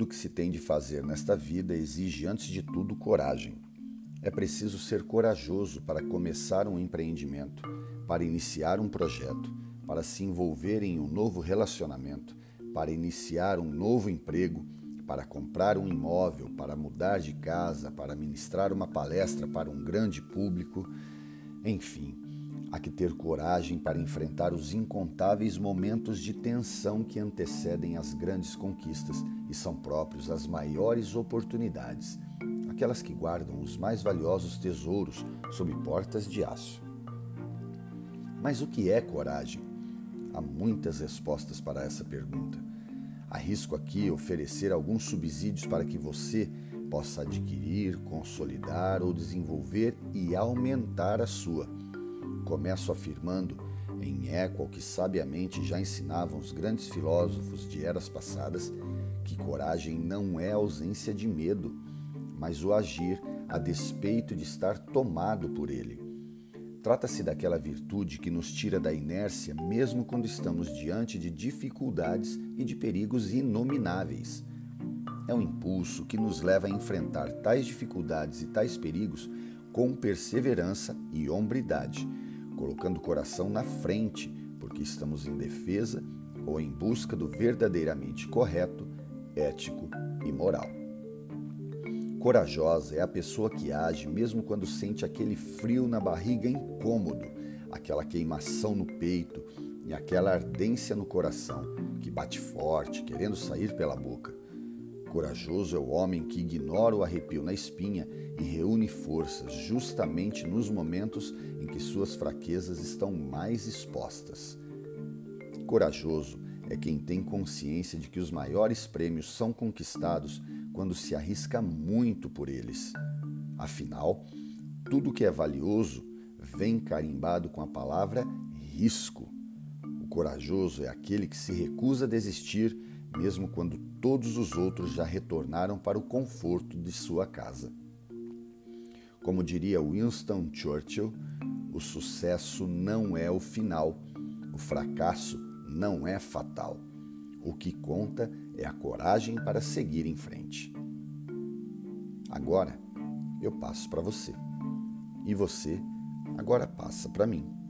Tudo que se tem de fazer nesta vida exige, antes de tudo, coragem. É preciso ser corajoso para começar um empreendimento, para iniciar um projeto, para se envolver em um novo relacionamento, para iniciar um novo emprego, para comprar um imóvel, para mudar de casa, para ministrar uma palestra para um grande público. Enfim, há que ter coragem para enfrentar os incontáveis momentos de tensão que antecedem as grandes conquistas e são próprios das maiores oportunidades, aquelas que guardam os mais valiosos tesouros sob portas de aço. Mas o que é coragem? Há muitas respostas para essa pergunta. Arrisco aqui oferecer alguns subsídios para que você possa adquirir, consolidar ou desenvolver e aumentar a sua. Começo afirmando, em eco ao que sabiamente já ensinavam os grandes filósofos de eras passadas, que coragem não é ausência de medo, mas o agir a despeito de estar tomado por ele. Trata-se daquela virtude que nos tira da inércia mesmo quando estamos diante de dificuldades e de perigos inomináveis. É um impulso que nos leva a enfrentar tais dificuldades e tais perigos com perseverança e hombridade, colocando o coração na frente, porque estamos em defesa ou em busca do verdadeiramente correto, ético e moral. Corajosa é a pessoa que age mesmo quando sente aquele frio na barriga incômodo, aquela queimação no peito e aquela ardência no coração que bate forte, querendo sair pela boca. Corajoso é o homem que ignora o arrepio na espinha e reúne forças justamente nos momentos em que suas fraquezas estão mais expostas. Corajoso é quem tem consciência de que os maiores prêmios são conquistados quando se arrisca muito por eles. Afinal, tudo que é valioso vem carimbado com a palavra risco. O corajoso é aquele que se recusa a desistir, mesmo quando todos os outros já retornaram para o conforto de sua casa. Como diria Winston Churchill, o sucesso não é o final, o fracasso não é fatal. O que conta é a coragem para seguir em frente. Agora eu passo para você. E você agora passa para mim.